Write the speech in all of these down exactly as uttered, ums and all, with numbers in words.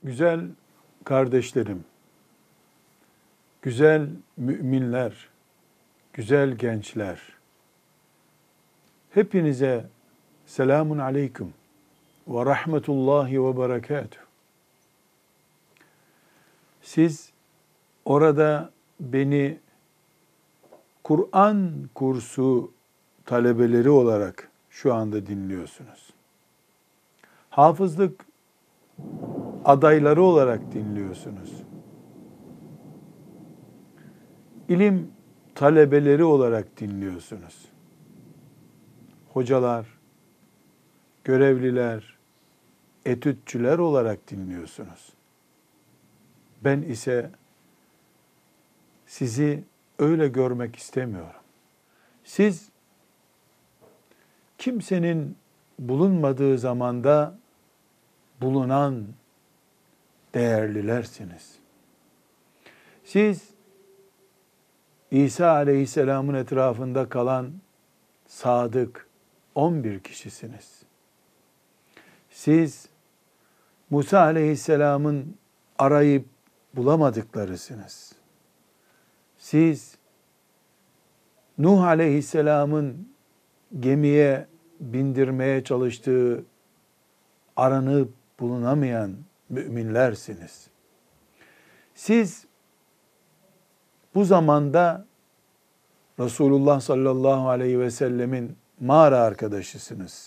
Güzel kardeşlerim, güzel müminler, güzel gençler, hepinize selamun aleyküm ve rahmetullahi ve berekatuhu. Siz orada beni Kur'an kursu talebeleri olarak şu anda dinliyorsunuz. Hafızlık adayları olarak dinliyorsunuz. İlim talebeleri olarak dinliyorsunuz. Hocalar, görevliler, etütçüler olarak dinliyorsunuz. Ben ise sizi öyle görmek istemiyorum. Siz kimsenin bulunmadığı zamanda bulunan değerlilersiniz. Siz İsa Aleyhisselam'ın etrafında kalan sadık on bir kişisiniz. Siz Musa Aleyhisselam'ın arayıp bulamadıklarısınız. Siz Nuh Aleyhisselam'ın gemiye bindirmeye çalıştığı aranıp bulunamayan müminlersiniz. Siz bu zamanda Resulullah sallallahu aleyhi ve sellemin mağara arkadaşısınız.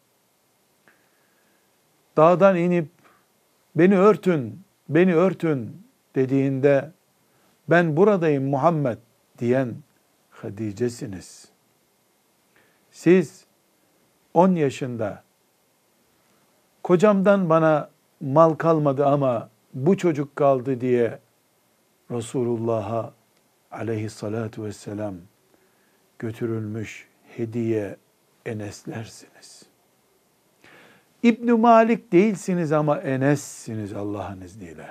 Dağdan inip beni örtün, beni örtün dediğinde ben buradayım Muhammed diyen Hadice'siniz. Siz on yaşında kocamdan bana mal kalmadı ama bu çocuk kaldı diye Resulullah'a aleyhissalatu vesselam götürülmüş hediye Eneslersiniz. İbn Malik değilsiniz ama Enes'siniz Allah'ın izniyle.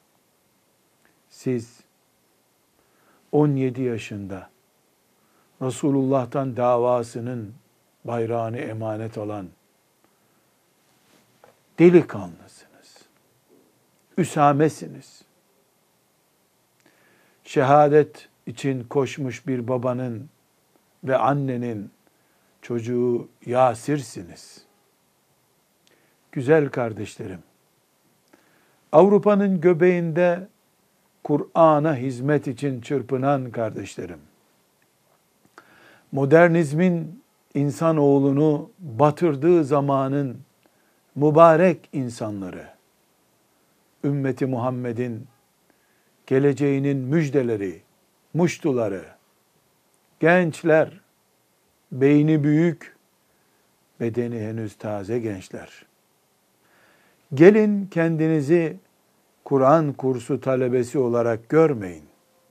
Siz on yedi yaşında Resulullah'tan davasının bayrağını emanet alan delikanlısınız. Üsamesiniz. Şehadet için koşmuş bir babanın ve annenin çocuğu Yasir'siniz. Güzel kardeşlerim, Avrupa'nın göbeğinde Kur'an'a hizmet için çırpınan kardeşlerim, modernizmin insanoğlunu batırdığı zamanın mübarek insanları, ümmeti Muhammed'in geleceğinin müjdeleri, muştuları, gençler, beyni büyük, bedeni henüz taze gençler. Gelin kendinizi Kur'an kursu talebesi olarak görmeyin.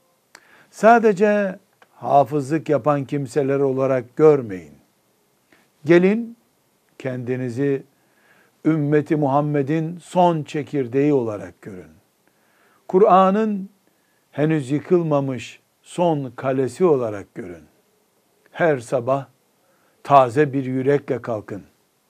Sadece hafızlık yapan kimseler olarak görmeyin. Gelin kendinizi ümmeti Muhammed'in son çekirdeği olarak görün. Kur'an'ın henüz yıkılmamış son kalesi olarak görün. Her sabah taze bir yürekle kalkın.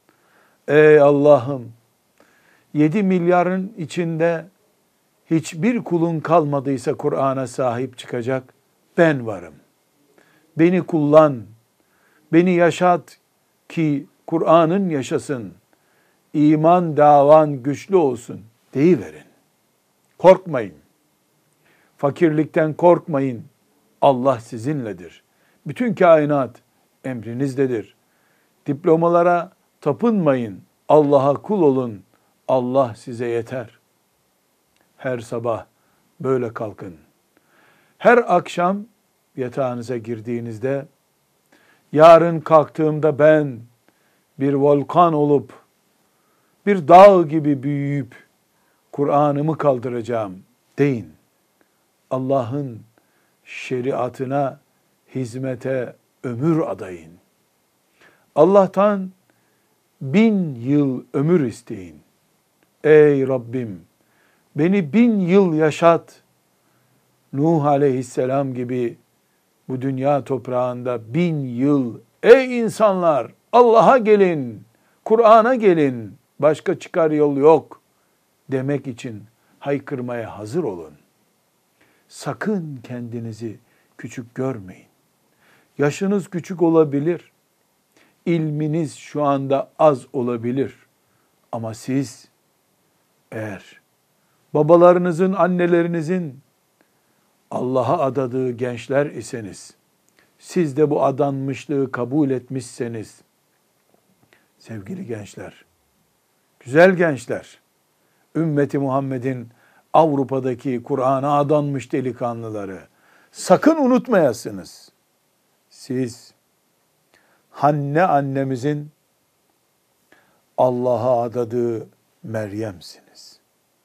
Ey Allah'ım, yedi milyarın içinde hiçbir kulun kalmadıysa Kur'an'a sahip çıkacak, ben varım. Beni kullan, beni yaşat ki Kur'an'ın yaşasın, iman davan güçlü olsun deyiverin. Korkmayın. Fakirlikten korkmayın. Allah sizinledir. Bütün kainat emrinizdedir. Diplomalara tapınmayın. Allah'a kul olun. Allah size yeter. Her sabah böyle kalkın. Her akşam yatağınıza girdiğinizde, yarın kalktığımda ben bir volkan olup, bir dağ gibi büyüyüp, Kur'an'ımı kaldıracağım deyin. Allah'ın şeriatına, hizmete ömür adayın. Allah'tan bin yıl ömür isteyin. Ey Rabbim, beni bin yıl yaşat. Nuh aleyhisselam gibi bu dünya toprağında bin yıl. Ey insanlar, Allah'a gelin, Kur'an'a gelin, başka çıkar yol yok demek için haykırmaya hazır olun. Sakın kendinizi küçük görmeyin. Yaşınız küçük olabilir. İlminiz şu anda az olabilir. Ama siz eğer babalarınızın, annelerinizin Allah'a adadığı gençler iseniz, siz de bu adanmışlığı kabul etmişseniz, sevgili gençler, güzel gençler, ümmeti Muhammed'in Avrupa'daki Kur'an'a adanmış delikanlıları, sakın unutmayasınız. Siz Hanne annemizin Allah'a adadığı Meryem'siniz.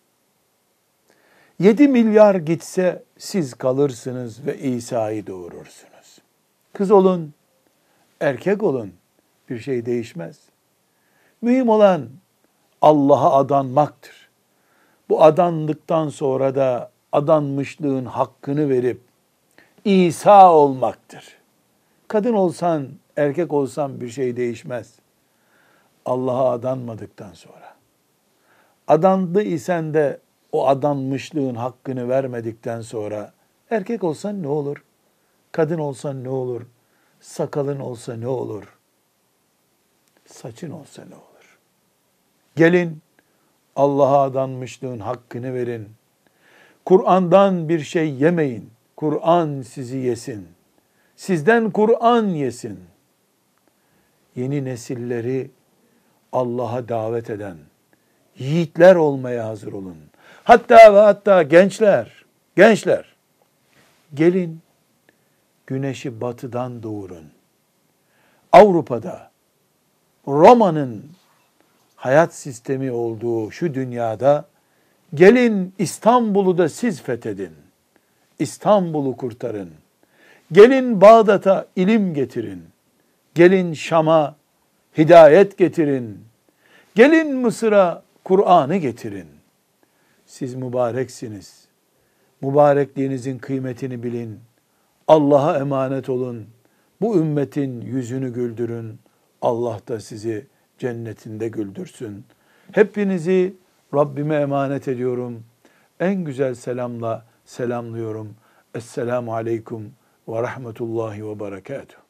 Yedi milyar gitse siz kalırsınız ve İsa'yı doğurursunuz. Kız olun, erkek olun, bir şey değişmez. Mühim olan Allah'a adanmaktır. Bu adandıktan sonra da adanmışlığın hakkını verip İsa olmaktır. Kadın olsan, erkek olsan bir şey değişmez. Allah'a adanmadıktan sonra. Adandı isen de o adanmışlığın hakkını vermedikten sonra erkek olsan ne olur? Kadın olsan ne olur? Sakalın olsa ne olur? Saçın olsa ne olur? Gelin Allah'a adanmışlığın hakkını verin. Kur'an'dan bir şey yemeyin. Kur'an sizi yesin. Sizden Kur'an yesin. Yeni nesilleri Allah'a davet eden yiğitler olmaya hazır olun. Hatta ve hatta gençler, gençler, gelin güneşi batıdan doğurun. Avrupa'da, Roma'nın hayat sistemi olduğu şu dünyada, gelin İstanbul'u da siz fethedin. İstanbul'u kurtarın. Gelin Bağdat'a ilim getirin. Gelin Şam'a hidayet getirin. Gelin Mısır'a Kur'an'ı getirin. Siz mübareksiniz. Mübarekliğinizin kıymetini bilin. Allah'a emanet olun. Bu ümmetin yüzünü güldürün. Allah da sizi cennetinde güldürsün. Hepinizi Rabbime emanet ediyorum. En güzel selamla selamlıyorum. Esselamu aleyküm ve rahmetullahi ve berekatuhu.